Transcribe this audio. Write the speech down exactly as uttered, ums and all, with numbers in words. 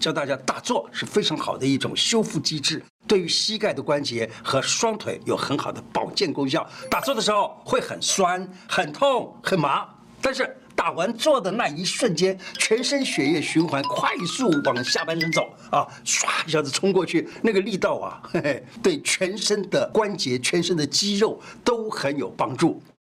教大家打坐是非常好的一种修复机制，对于膝盖的关节和双腿有很好的保健功效。打坐的时候会很酸、很痛、很麻，但是打完坐的那一瞬间，全身血液循环快速往下半身走啊，唰一下子冲过去，那个力道啊，嘿嘿，对全身的关节、全身的肌肉都很有帮助。